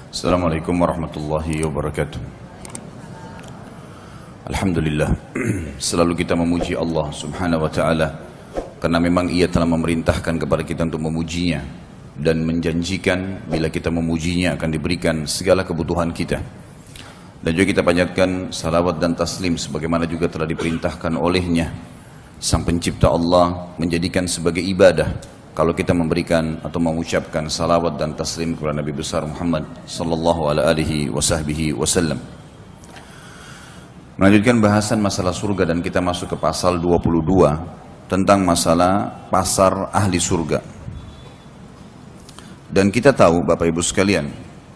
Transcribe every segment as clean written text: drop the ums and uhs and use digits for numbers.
Assalamualaikum warahmatullahi wabarakatuh. Alhamdulillah, selalu kita memuji Allah subhanahu wa ta'ala, karena memang Ia telah memerintahkan kepada kita untuk memujinya, dan menjanjikan bila kita memujinya akan diberikan segala kebutuhan kita. Dan juga kita panjatkan salawat dan taslim sebagaimana juga telah diperintahkan olehnya Sang Pencipta Allah menjadikan sebagai ibadah kalau kita memberikan atau mengucapkan salawat dan taslim kepada Nabi besar Muhammad sallallahu alaihi wasallam. Melanjutkan bahasan masalah surga, dan kita masuk ke pasal 22 tentang masalah pasar ahli surga. Dan kita tahu Bapak Ibu sekalian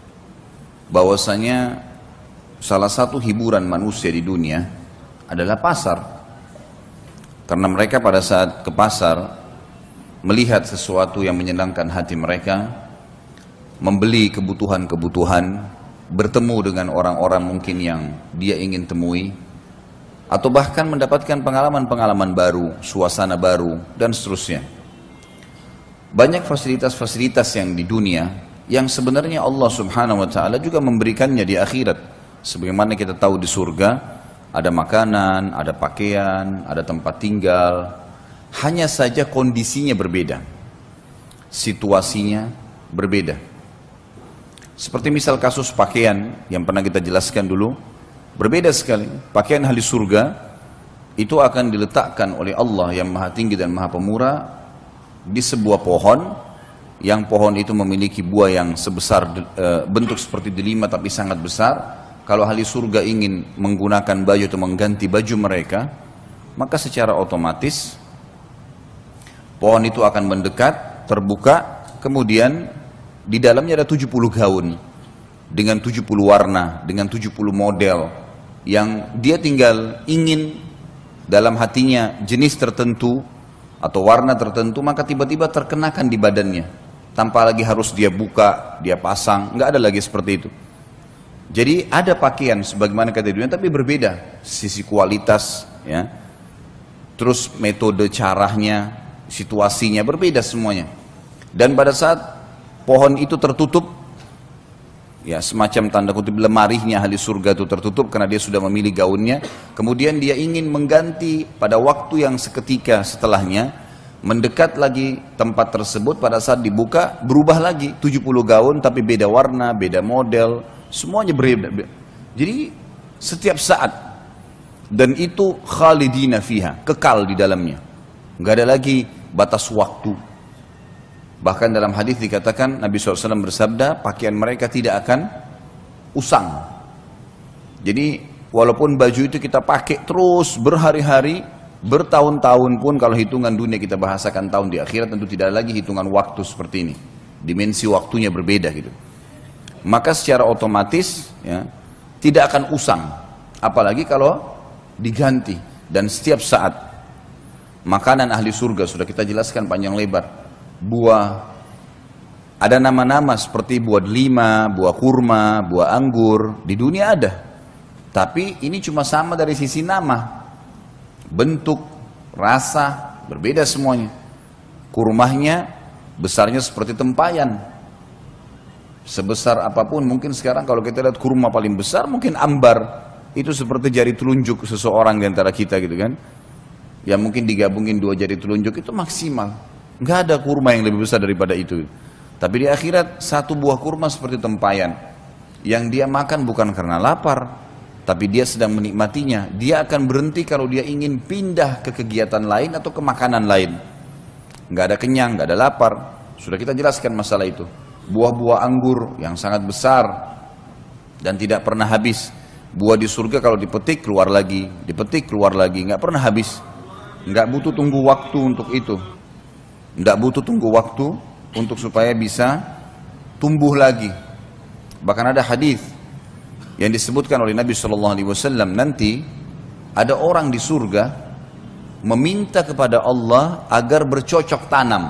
bahwasanya salah satu hiburan manusia di dunia adalah pasar. Karena mereka pada saat ke pasar melihat sesuatu yang menyenangkan hati mereka, membeli kebutuhan-kebutuhan, bertemu dengan orang-orang mungkin yang dia ingin temui, atau bahkan mendapatkan pengalaman-pengalaman baru, suasana baru, dan seterusnya. Banyak fasilitas-fasilitas yang di dunia yang sebenarnya Allah subhanahu wa ta'ala juga memberikannya di akhirat. Sebagaimana kita tahu di surga, ada makanan, ada pakaian, ada tempat tinggal. Hanya saja kondisinya berbeda, situasinya berbeda. Seperti misal kasus pakaian yang pernah kita jelaskan dulu, berbeda sekali. Pakaian ahli surga itu akan diletakkan oleh Allah yang maha tinggi dan maha pemurah di sebuah pohon, yang pohon itu memiliki buah yang sebesar bentuk seperti delima tapi sangat besar. Kalau ahli surga ingin menggunakan baju atau mengganti baju mereka, maka secara otomatis pohon itu akan mendekat, terbuka, kemudian di dalamnya ada 70 gaun dengan 70 warna, dengan 70 model yang dia tinggal ingin dalam hatinya jenis tertentu atau warna tertentu, maka tiba-tiba terkenakan di badannya tanpa lagi harus dia buka, dia pasang, nggak ada lagi seperti itu. Jadi ada pakaian sebagaimana kata dunia, tapi berbeda sisi kualitas, ya. Terus metode caranya, situasinya berbeda semuanya. Dan pada saat pohon itu tertutup, ya semacam tanda kutip lemarinya ahli surga itu tertutup karena dia sudah memilih gaunnya, kemudian dia ingin mengganti pada waktu yang seketika setelahnya, mendekat lagi tempat tersebut, pada saat dibuka berubah lagi 70 gaun tapi beda warna, beda model, semuanya berbeda. Jadi setiap saat, dan itu khalidina fiha, kekal di dalamnya. Nggak ada lagi batas waktu. Bahkan dalam hadis dikatakan Nabi SAW bersabda, pakaian mereka tidak akan usang. Jadi walaupun baju itu kita pakai terus berhari-hari, bertahun-tahun pun, kalau hitungan dunia kita bahasakan tahun, di akhirat tentu tidak ada lagi hitungan waktu seperti ini. Dimensi waktunya berbeda gitu. Maka secara otomatis, ya, tidak akan usang. Apalagi kalau diganti. Dan setiap saat makanan ahli surga sudah kita jelaskan panjang lebar. Buah, ada nama-nama seperti buah delima, buah kurma, buah anggur. Di dunia ada. Tapi ini cuma sama dari sisi nama. Bentuk, rasa, berbeda semuanya. Kurmahnya besarnya seperti tempayan. Sebesar apapun, mungkin sekarang kalau kita lihat kurma paling besar mungkin ambar. Itu seperti jari telunjuk seseorang di antara kita gitu kan. Yang mungkin digabungin 2 jari telunjuk itu maksimal. Nggak ada kurma yang lebih besar daripada itu. Tapi di akhirat satu buah kurma seperti tempayan, yang dia makan bukan karena lapar, tapi dia sedang menikmatinya. Dia akan berhenti kalau dia ingin pindah ke kegiatan lain atau ke makanan lain. Nggak ada kenyang, nggak ada lapar. Sudah kita jelaskan masalah itu. Buah-buah anggur yang sangat besar dan tidak pernah habis. Buah di surga kalau dipetik keluar lagi, dipetik keluar lagi, nggak pernah habis. Nggak butuh tunggu waktu untuk itu. Nggak butuh tunggu waktu untuk supaya bisa tumbuh lagi. Bahkan ada hadis yang disebutkan oleh Nabi SAW, nanti ada orang di surga meminta kepada Allah agar bercocok tanam.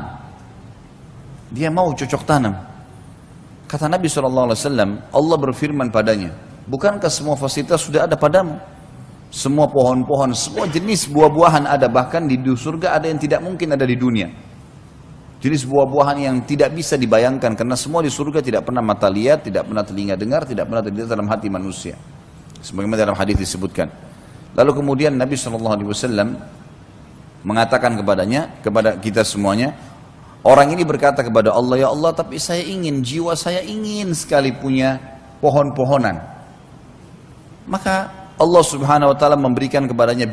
Dia mau cocok tanam. Kata Nabi SAW, Allah berfirman padanya, bukankah semua fasilitas sudah ada padamu? Semua pohon-pohon, semua jenis buah-buahan ada, bahkan di surga ada yang tidak mungkin ada di dunia. Jenis buah-buahan yang tidak bisa dibayangkan karena semua di surga tidak pernah mata lihat, tidak pernah telinga dengar, tidak pernah terlintas dalam hati manusia. Sebagaimana dalam hadis disebutkan. Lalu kemudian Nabi SAW mengatakan kepadanya, kepada kita semuanya, orang ini berkata kepada Allah, ya Allah, tapi saya ingin, jiwa saya ingin sekali punya pohon-pohonan. Maka Allah Subhanahu Wa Taala memberikan kepadanya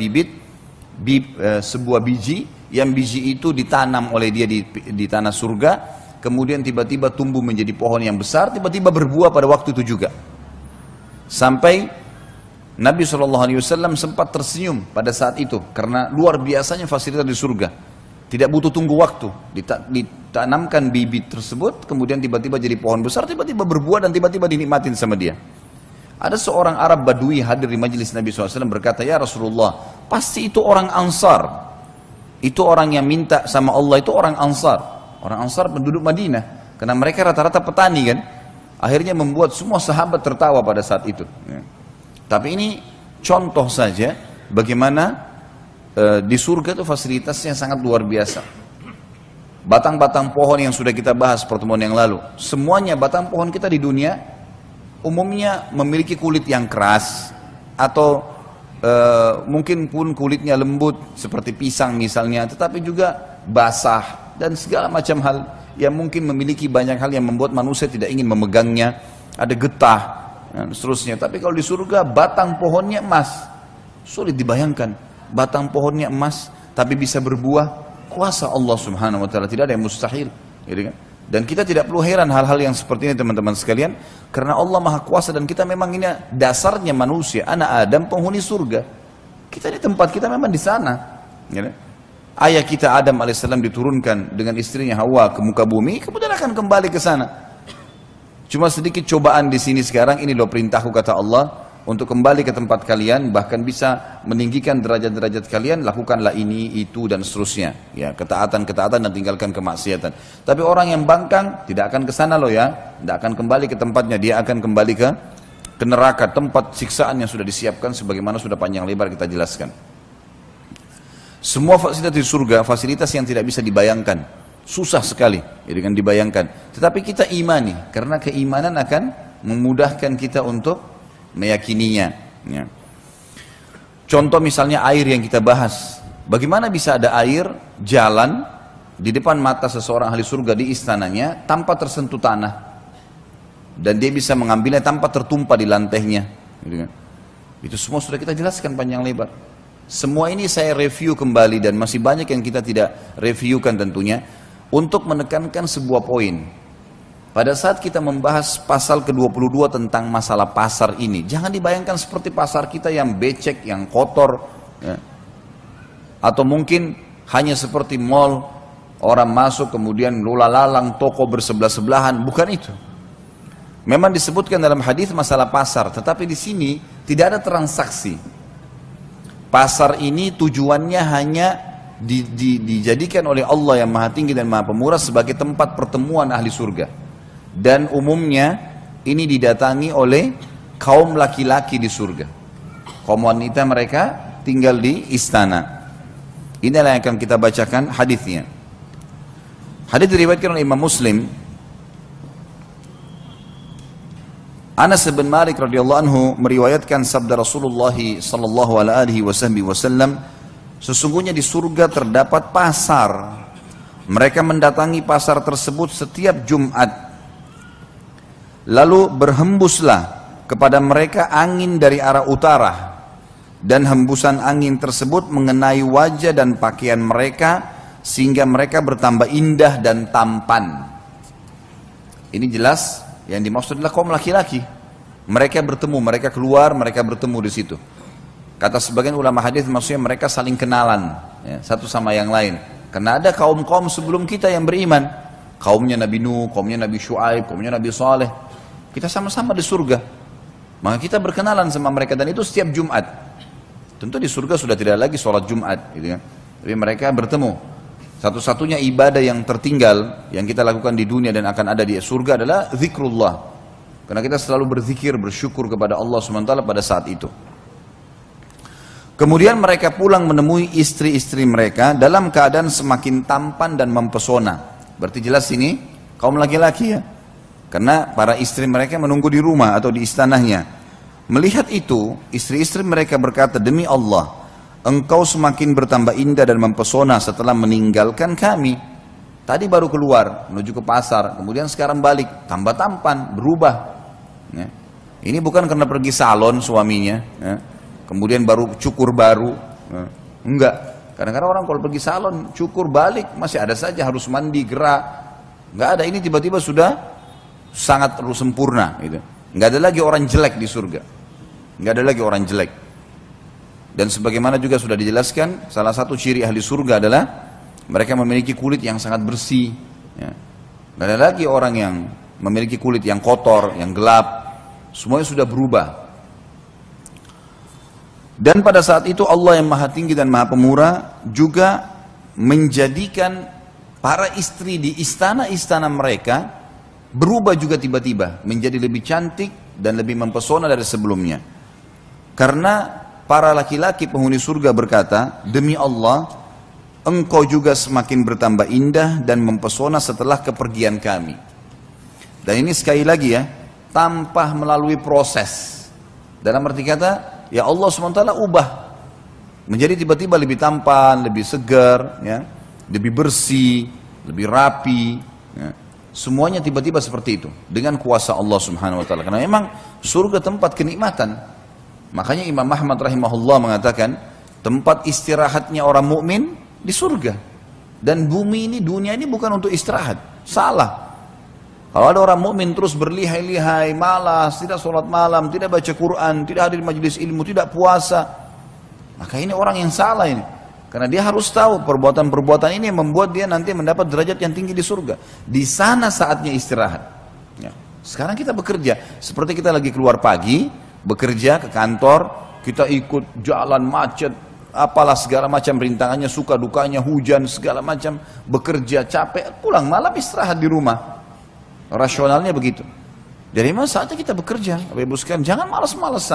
sebuah biji, yang biji itu ditanam oleh dia di tanah surga, kemudian tiba-tiba tumbuh menjadi pohon yang besar, tiba-tiba berbuah pada waktu itu juga. Sampai Nabi SAW sempat tersenyum pada saat itu, karena luar biasanya fasilitas di surga. Tidak butuh tunggu waktu, ditanamkan bibit tersebut, kemudian tiba-tiba jadi pohon besar, tiba-tiba berbuah dan tiba-tiba dinikmatin sama dia. Ada seorang Arab Badui hadir di majelis Nabi SAW berkata, ya Rasulullah, pasti itu orang Ansar. Itu orang yang minta sama Allah, itu orang Ansar. Orang Ansar penduduk Madinah. Karena mereka rata-rata petani kan. Akhirnya membuat semua sahabat tertawa pada saat itu. Tapi ini contoh saja bagaimana di surga itu fasilitasnya sangat luar biasa. Batang-batang pohon yang sudah kita bahas pertemuan yang lalu. Semuanya batang pohon kita di dunia umumnya memiliki kulit yang keras atau mungkin pun kulitnya lembut seperti pisang misalnya, tetapi juga basah dan segala macam hal yang mungkin memiliki banyak hal yang membuat manusia tidak ingin memegangnya, ada getah dan seterusnya. Tapi kalau di surga batang pohonnya emas, sulit dibayangkan batang pohonnya emas tapi bisa berbuah, kuasa Allah Subhanahu Wa Taala, tidak ada yang mustahil, gitu kan? Dan kita tidak perlu heran hal-hal yang seperti ini teman-teman sekalian, karena Allah Maha Kuasa dan kita memang ini dasarnya manusia, anak Adam penghuni surga. Kita di tempat kita memang di sana. Ya. Ayah kita Adam alaihissalam diturunkan dengan istrinya Hawa ke muka bumi, kemudian akan kembali ke sana. Cuma sedikit cobaan di sini sekarang, ini loh perintahku kata Allah, untuk kembali ke tempat kalian, bahkan bisa meninggikan derajat-derajat kalian, lakukanlah ini, itu, dan seterusnya. Ya, ketaatan-ketaatan dan tinggalkan kemaksiatan. Tapi orang yang bangkang tidak akan ke sana loh ya, tidak akan kembali ke tempatnya, dia akan kembali ke neraka, tempat siksaan yang sudah disiapkan sebagaimana sudah panjang lebar kita jelaskan. Semua fasilitas di surga, fasilitas yang tidak bisa dibayangkan, susah sekali ya, dengan dibayangkan. Tetapi kita imani, karena keimanan akan memudahkan kita untuk meyakininya. Ya. Contoh misalnya air yang kita bahas. Bagaimana bisa ada air jalan di depan mata seseorang ahli surga di istananya tanpa tersentuh tanah, dan dia bisa mengambilnya tanpa tertumpah di lantainya. Gitu kan? Itu semua sudah kita jelaskan panjang lebar. Semua ini saya review kembali dan masih banyak yang kita tidak reviewkan tentunya untuk menekankan sebuah poin. Pada saat kita membahas pasal ke-22 tentang masalah pasar ini, jangan dibayangkan seperti pasar kita yang becek, yang kotor, ya. Atau mungkin hanya seperti mall, orang masuk kemudian lula-lalang, toko bersebelah-sebelahan, bukan itu. Memang disebutkan dalam hadis masalah pasar, tetapi di sini tidak ada transaksi. Pasar ini tujuannya hanya dijadikan oleh Allah yang Maha Tinggi dan Maha Pemurah sebagai tempat pertemuan ahli surga. Dan umumnya ini didatangi oleh kaum laki-laki di surga. Kaum wanita mereka tinggal di istana. Inilah yang akan kita bacakan hadisnya. Hadis diriwayatkan oleh Imam Muslim. Anas bin Malik radhiyallahu anhu meriwayatkan sabda Rasulullah sallallahu alaihi wasallam, sesungguhnya di surga terdapat pasar. Mereka mendatangi pasar tersebut setiap Jumat. Lalu berhembuslah kepada mereka angin dari arah utara, dan hembusan angin tersebut mengenai wajah dan pakaian mereka sehingga mereka bertambah indah dan tampan. Ini jelas yang dimaksud adalah kaum laki-laki. Mereka bertemu, mereka keluar, mereka bertemu di situ. Kata sebagian ulama hadis maksudnya mereka saling kenalan ya, satu sama yang lain. Karena ada kaum-kaum sebelum kita yang beriman, kaumnya Nabi Nuh, kaumnya Nabi Shu'aib, kaumnya Nabi Saleh. Kita sama-sama di surga. Maka kita berkenalan sama mereka dan itu setiap Jumat. Tentu di surga sudah tidak lagi sholat Jumat, gitu kan. Tapi mereka bertemu. Satu-satunya ibadah yang tertinggal yang kita lakukan di dunia dan akan ada di surga adalah zikrullah. Karena kita selalu berzikir, bersyukur kepada Allah SWT pada saat itu. Kemudian mereka pulang menemui istri-istri mereka dalam keadaan semakin tampan dan mempesona. Berarti jelas ini kaum laki-laki ya. Karena para istri mereka menunggu di rumah atau di istananya. Melihat itu, istri-istri mereka berkata, demi Allah, engkau semakin bertambah indah dan mempesona setelah meninggalkan kami. Tadi baru keluar, menuju ke pasar, kemudian sekarang balik, tambah tampan, berubah. Ya. Ini bukan karena pergi salon suaminya, ya. Kemudian baru cukur baru. Ya. Enggak. Kadang-kadang orang kalau pergi salon, cukur balik, masih ada saja harus mandi, gerak. Enggak ada, ini tiba-tiba sudah sangat sempurna. Gitu. Enggak ada lagi orang jelek di surga. Enggak ada lagi orang jelek. Dan sebagaimana juga sudah dijelaskan, salah satu ciri ahli surga adalah mereka memiliki kulit yang sangat bersih. Ya. Tidak ada lagi orang yang memiliki kulit yang kotor, yang gelap. Semuanya sudah berubah. Dan pada saat itu Allah yang maha tinggi dan maha pemurah juga menjadikan para istri di istana-istana mereka berubah juga tiba-tiba. Menjadi lebih cantik dan lebih mempesona dari sebelumnya. Karena para laki-laki penghuni surga berkata, demi Allah, engkau juga semakin bertambah indah dan mempesona setelah kepergian kami. Dan ini sekali lagi ya, tanpa melalui proses. Dalam arti kata, ya Allah SWT ubah. Menjadi tiba-tiba lebih tampan, lebih segar, ya, lebih bersih, lebih rapi. Ya. Semuanya tiba-tiba seperti itu. Dengan kuasa Allah SWT. Karena memang surga tempat kenikmatan. Makanya Imam Ahmad rahimahullah mengatakan, tempat istirahatnya orang mukmin di surga. Dan bumi ini, dunia ini bukan untuk istirahat. Salah. Kalau ada orang mukmin terus berlihai-lihai, malas, tidak sholat malam, tidak baca Quran, tidak hadir majelis ilmu, tidak puasa, maka ini orang yang salah ini. Karena dia harus tahu perbuatan-perbuatan ini yang membuat dia nanti mendapat derajat yang tinggi di surga. Di sana saatnya istirahat. Ya. Sekarang kita bekerja, seperti kita lagi keluar pagi, bekerja ke kantor, kita ikut jalan macet, apalah segala macam rintangannya, suka dukanya, hujan segala macam, bekerja capek, pulang malam istirahat di rumah. Rasionalnya begitu. Jadi memang saatnya kita bekerja, Bapak Ibu sekalian, jangan malas-malesan.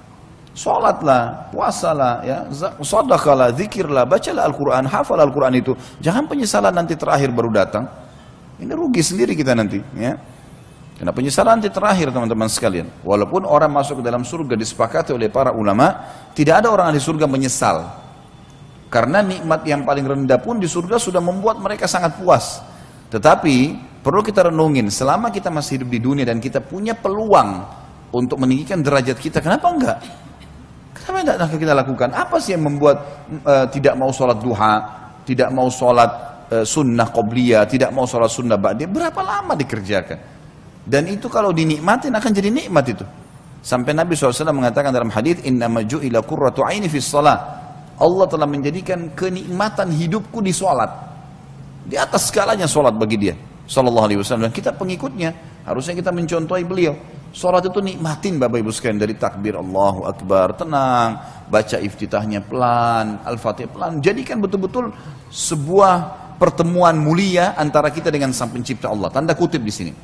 Sholatlah, puasalah, ya, sedekahlah, zikirlah, bacalah Al-Quran, hafal Al-Quran itu. Jangan penyesalan nanti terakhir baru datang. Ini rugi sendiri kita nanti, ya. Karena penyesalan nanti terakhir teman-teman sekalian. Walaupun orang masuk ke dalam surga disepakati oleh para ulama, tidak ada orang ahli surga menyesal. Karena nikmat yang paling rendah pun di surga sudah membuat mereka sangat puas. Tetapi perlu kita renungin, selama kita masih hidup di dunia dan kita punya peluang untuk meninggikan derajat kita, kenapa enggak? Kenapa tidak kita lakukan? Apa sih yang membuat tidak mau sholat duha, tidak mau sholat sunnah qobliyah, tidak mau sholat sunnah ba'diyah? Berapa lama dikerjakan? Dan itu kalau dinikmatin akan jadi nikmat itu. Sampai Nabi SAW mengatakan dalam hadis, innama ju'ila qurratu aini fis shalah. Allah telah menjadikan kenikmatan hidupku di sholat. Di atas segalanya sholat bagi dia. Sallallahu alaihi wasallam. Dan kita pengikutnya. Harusnya kita mencontohi beliau. Sholat itu nikmatin Bapak Ibu sekalian. Dari takbir Allahu Akbar. Tenang. Baca iftitahnya pelan. Al-Fatihah pelan. Jadikan betul-betul sebuah pertemuan mulia antara kita dengan Sang Pencipta Allah. Tanda kutip di sini.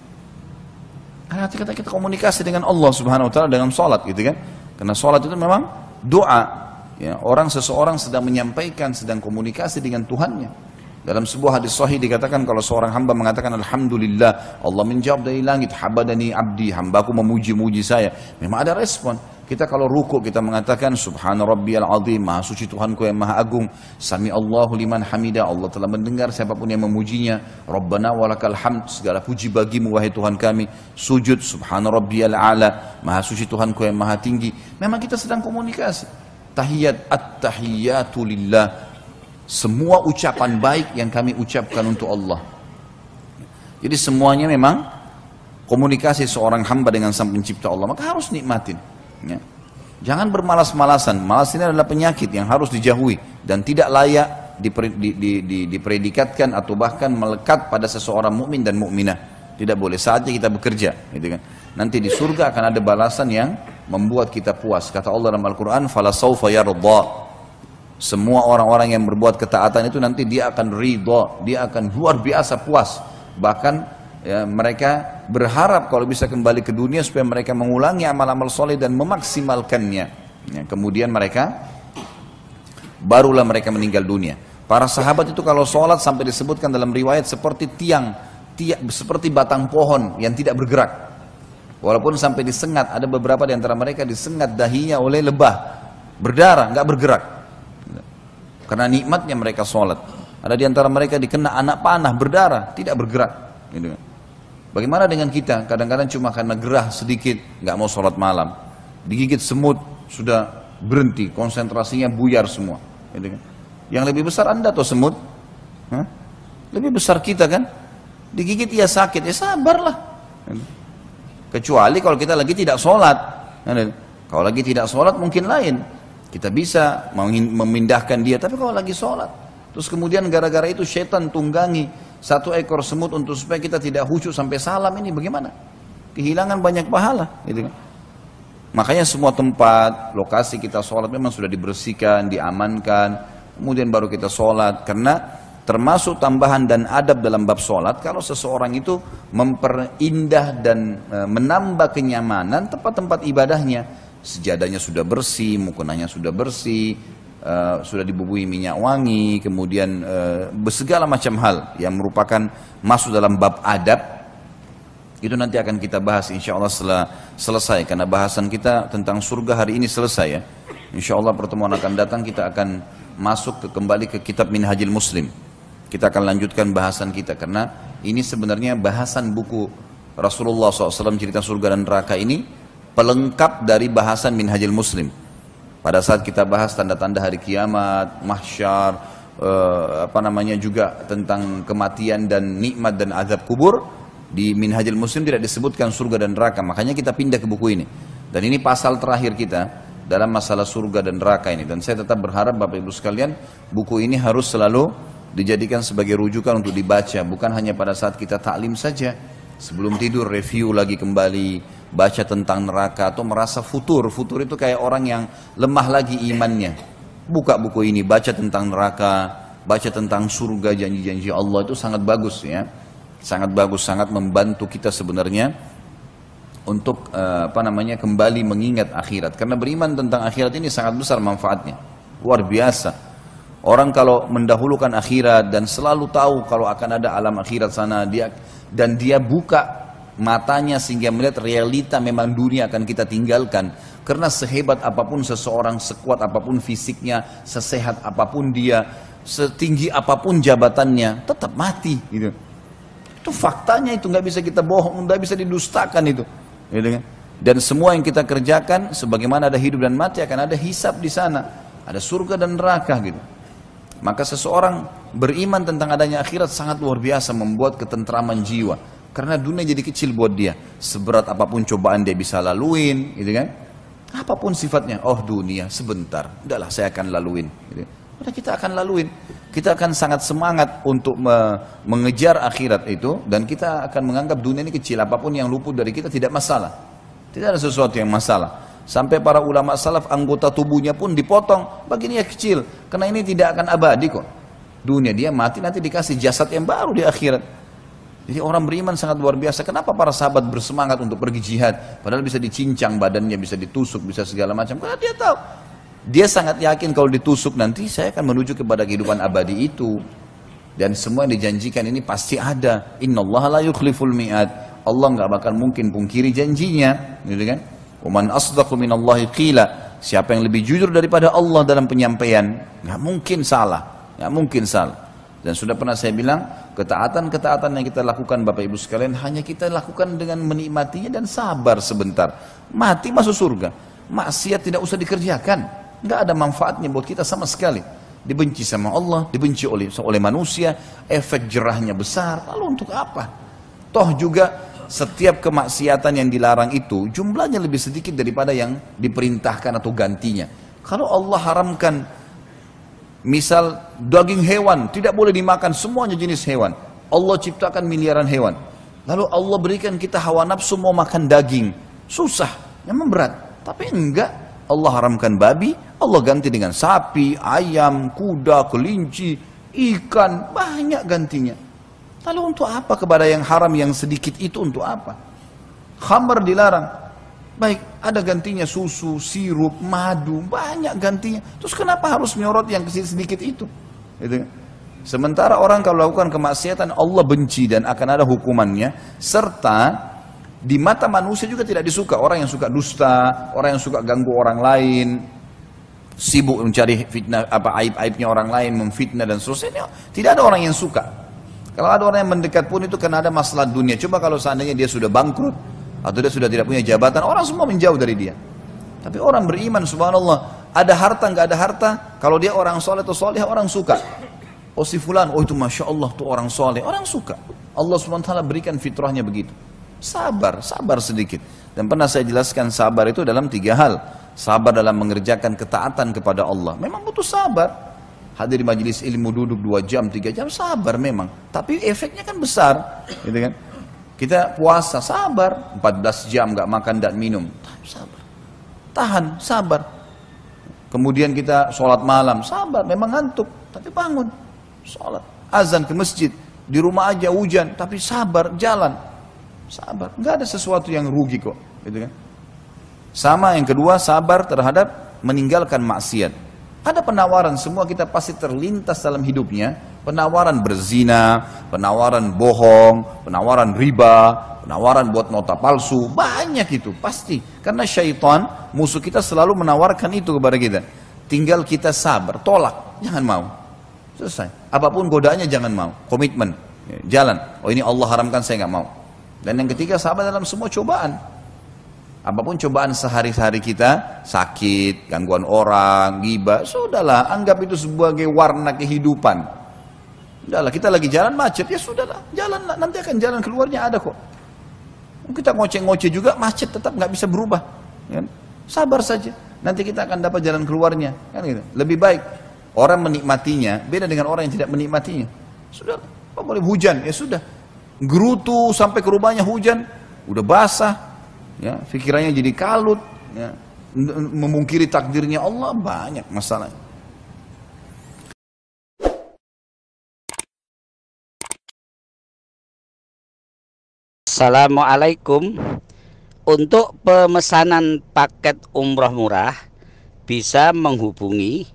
Karena kita komunikasi dengan Allah Subhanahu wa taala dengan sholat gitu kan. Karena sholat itu memang doa. Ya, seseorang sedang menyampaikan, sedang komunikasi dengan Tuhannya. Dalam sebuah hadis sahih dikatakan kalau seorang hamba mengatakan Alhamdulillah, Allah menjawab dari langit, habadani abdi, hambaku memuji-muji saya. Memang ada respon. Kita kalau ruku kita mengatakan Subhana rabbiyal azim, maha suci Tuhanku yang maha agung. Sami Allahu liman hamida, Allah telah mendengar siapapun yang memujinya. Rabbana walakal hamd, segala puji bagimu wahai Tuhan kami. Sujud Subhana rabbiyal a'la, maha suci Tuhanku yang maha tinggi. Memang kita sedang komunikasi. Tahiyat at-tahiyatu lillah. Semua ucapan baik yang kami ucapkan untuk Allah. Jadi semuanya memang komunikasi seorang hamba dengan Sang Pencipta Allah. Maka harus nikmatin. Ya. Jangan bermalas-malasan. Malas ini adalah penyakit yang harus dijauhi. Dan tidak layak dipredikatkan atau bahkan melekat pada seseorang mukmin dan mukminah. Tidak boleh. Saatnya kita bekerja. Gitu kan. Nanti di surga akan ada balasan yang membuat kita puas. Kata Allah dalam Al-Quran, فَلَا سَوْفَ يَرْضَى. Semua orang-orang yang berbuat ketaatan itu nanti dia akan ridha, dia akan luar biasa puas. Bahkan ya, mereka berharap kalau bisa kembali ke dunia supaya mereka mengulangi amal-amal soleh dan memaksimalkannya. Ya, kemudian barulah mereka meninggal dunia. Para sahabat itu kalau sholat sampai disebutkan dalam riwayat seperti tiang, seperti batang pohon yang tidak bergerak. Walaupun sampai disengat, ada beberapa di antara mereka disengat dahinya oleh lebah, berdarah, nggak bergerak. Karena nikmatnya mereka sholat. Ada di antara mereka dikena anak panah, berdarah, tidak bergerak. Gitu. Bagaimana dengan kita? Kadang-kadang cuma karena gerah sedikit, nggak mau sholat malam. Digigit semut, sudah berhenti, konsentrasinya buyar semua. Gitu. Yang lebih besar Anda atau semut? Hah? Lebih besar kita kan? Digigit ya sakit, ya sabarlah. Gitu. Kecuali kalau kita lagi tidak sholat. Kalau lagi tidak sholat mungkin lain. Kita bisa memindahkan dia, tapi kalau lagi sholat. Terus kemudian gara-gara itu syaitan tunggangi satu ekor semut untuk supaya kita tidak khusyuk sampai salam, ini bagaimana? Kehilangan banyak pahala. Gitu kan? Makanya semua tempat, lokasi kita sholat memang sudah dibersihkan, diamankan. Kemudian baru kita sholat. Karena termasuk tambahan dan adab dalam bab sholat, kalau seseorang itu memperindah dan menambah kenyamanan tempat-tempat ibadahnya, sejadahnya sudah bersih, mukenanya sudah bersih, sudah dibubuhi minyak wangi, kemudian segala macam hal yang merupakan masuk dalam bab adab, itu nanti akan kita bahas insya Allah setelah selesai, karena bahasan kita tentang surga hari ini selesai ya. Insya Allah pertemuan akan datang kita akan masuk kembali ke kitab Minhajul Muslim. Kita akan lanjutkan bahasan kita, karena ini sebenarnya bahasan buku Rasulullah SAW cerita surga dan neraka ini pelengkap dari bahasan Minhajul Muslim. Pada saat kita bahas tanda-tanda hari kiamat, mahsyar, juga tentang kematian dan nikmat dan azab kubur, di Minhajul Muslim tidak disebutkan surga dan neraka. Makanya kita pindah ke buku ini. Dan ini pasal terakhir kita dalam masalah surga dan neraka ini. Dan saya tetap berharap Bapak Ibu sekalian, buku ini harus selalu dijadikan sebagai rujukan untuk dibaca, bukan hanya pada saat kita taklim saja. Sebelum tidur review lagi kembali, baca tentang neraka, atau merasa futur. Futur itu kayak orang yang lemah lagi imannya. Buka buku ini, baca tentang neraka, baca tentang surga, janji-janji Allah, itu sangat bagus ya. Sangat bagus, sangat membantu kita sebenarnya untuk kembali mengingat akhirat. Karena beriman tentang akhirat ini sangat besar manfaatnya, luar biasa. Orang kalau mendahulukan akhirat dan selalu tahu kalau akan ada alam akhirat sana, dia buka matanya sehingga melihat realita memang dunia akan kita tinggalkan. Karena sehebat apapun seseorang, sekuat apapun fisiknya, sesehat apapun dia, setinggi apapun jabatannya, tetap mati gitu. Itu faktanya, itu nggak bisa kita bohong, nggak bisa didustakan itu. Gitu kan? Dan semua yang kita kerjakan, sebagaimana ada hidup dan mati, akan ada hisab di sana, ada surga dan neraka gitu. Maka seseorang beriman tentang adanya akhirat sangat luar biasa, membuat ketentraman jiwa. Karena dunia jadi kecil buat dia. Seberat apapun cobaan dia bisa laluin, gitu kan? Apapun sifatnya, oh dunia sebentar, udahlah saya akan laluin. Gitu. Udah kita akan laluin. Kita akan sangat semangat untuk mengejar akhirat itu, dan kita akan menganggap dunia ini kecil. Apapun yang luput dari kita tidak masalah. Tidak ada sesuatu yang masalah. Sampai para ulama salaf anggota tubuhnya pun dipotong, bagi dia kecil, karena ini tidak akan abadi kok. Dunia dia mati, nanti dikasih jasad yang baru di akhirat. Jadi orang beriman sangat luar biasa. Kenapa para sahabat bersemangat untuk pergi jihad? Padahal bisa dicincang badannya, bisa ditusuk, bisa segala macam. Karena dia tahu, dia sangat yakin kalau ditusuk nanti saya akan menuju kepada kehidupan abadi itu. Dan semua yang dijanjikan ini pasti ada. Innallaha la yukhliful mi'ad. Allah nggak bakal mungkin pungkiri janjinya, gitu kan? Waman asdaqu minallahi qila. Siapa yang lebih jujur daripada Allah dalam penyampaian? Nggak mungkin salah, nggak mungkin salah. Dan sudah pernah saya bilang, ketaatan-ketaatan yang kita lakukan Bapak Ibu sekalian, hanya kita lakukan dengan menikmatinya dan sabar sebentar. Mati masuk surga. Maksiat tidak usah dikerjakan, nggak ada manfaatnya buat kita sama sekali. Dibenci sama Allah, dibenci oleh manusia, efek jerahnya besar. Lalu untuk apa? Toh juga setiap kemaksiatan yang dilarang itu jumlahnya lebih sedikit daripada yang diperintahkan atau gantinya. Kalau Allah haramkan misal daging hewan, tidak boleh dimakan semuanya jenis hewan. Allah ciptakan miliaran hewan. Lalu Allah berikan kita hawa nafsu mau makan daging. Susah, memang berat. Tapi enggak, Allah haramkan babi, Allah ganti dengan sapi, ayam, kuda, kelinci, ikan, banyak gantinya. Lalu untuk apa kepada yang haram yang sedikit itu, untuk apa? Khamr dilarang. Baik, ada gantinya susu, sirup, madu, banyak gantinya. Terus kenapa harus nyorot yang sedikit itu? Gitu. Sementara orang kalau melakukan kemaksiatan Allah benci dan akan ada hukumannya, serta di mata manusia juga tidak disuka. Orang yang suka dusta, orang yang suka ganggu orang lain, sibuk mencari fitnah, aib-aibnya orang lain, memfitnah dan seterusnya, tidak ada orang yang suka. Kalau ada orang yang mendekat pun itu karena ada masalah dunia. Coba kalau seandainya dia sudah bangkrut atau dia sudah tidak punya jabatan, orang semua menjauh dari dia. Tapi orang beriman, subhanallah, ada harta nggak ada harta, kalau dia orang soleh atau soleh, orang suka. Oh si fulan, oh itu masya Allah tuh orang soleh, orang suka. Allah SWT berikan fitrahnya begitu. Sabar, sabar sedikit. Dan pernah saya jelaskan sabar itu dalam 3 hal. Sabar dalam mengerjakan ketaatan kepada Allah. Memang butuh sabar. Hadir di majelis ilmu, duduk 2 jam, 3 jam, sabar memang. Tapi efeknya kan besar, gitu kan? Kita puasa, sabar. 14 jam nggak makan dan minum, sabar. Tahan, sabar. Kemudian kita sholat malam, sabar. Memang ngantuk, tapi bangun. Sholat, azan ke masjid, di rumah aja hujan, tapi sabar, jalan, sabar, nggak ada sesuatu yang rugi kok, gitu kan? Sama yang kedua, sabar terhadap meninggalkan maksiat. Ada penawaran, semua kita pasti terlintas dalam hidupnya, penawaran berzina, penawaran bohong, penawaran riba, penawaran buat nota palsu, banyak itu pasti, karena syaitan musuh kita selalu menawarkan itu kepada kita. Tinggal kita sabar, tolak, jangan mau. Selesai. Apapun godaannya jangan mau. Komitmen. Jalan. Oh ini Allah haramkan, saya nggak mau. Dan yang ketiga, sabar dalam semua cobaan. Apapun cobaan sehari-hari kita, sakit, gangguan orang, ghibah, sudahlah, anggap itu sebagai warna kehidupan. Sudahlah, kita lagi jalan macet, ya sudahlah, jalanlah, nanti akan jalan keluarnya ada kok. Kita ngoceh-ngoceh juga, macet tetap nggak bisa berubah. Kan? Sabar saja, nanti kita akan dapat jalan keluarnya. Kan gitu. Lebih baik orang menikmatinya beda dengan orang yang tidak menikmatinya. Sudah, apa boleh hujan? Ya sudah, gerutu sampai ke rumahnya hujan, udah basah, ya pikirannya jadi kalut, ya, memungkiri takdirnya Allah, banyak masalah. Assalamualaikum. Untuk pemesanan paket umroh murah bisa menghubungi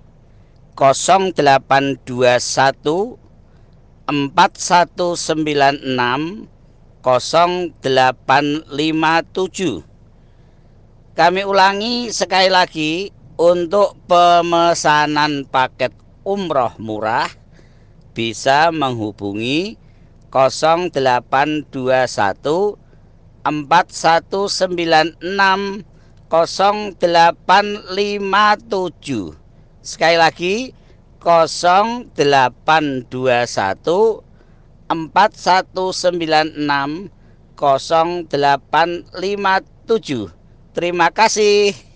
0821 4196 0857. Kami ulangi sekali lagi, untuk pemesanan paket umroh murah bisa menghubungi 0821 4196 0857. Sekali lagi 0821 4196 0857. Terima kasih.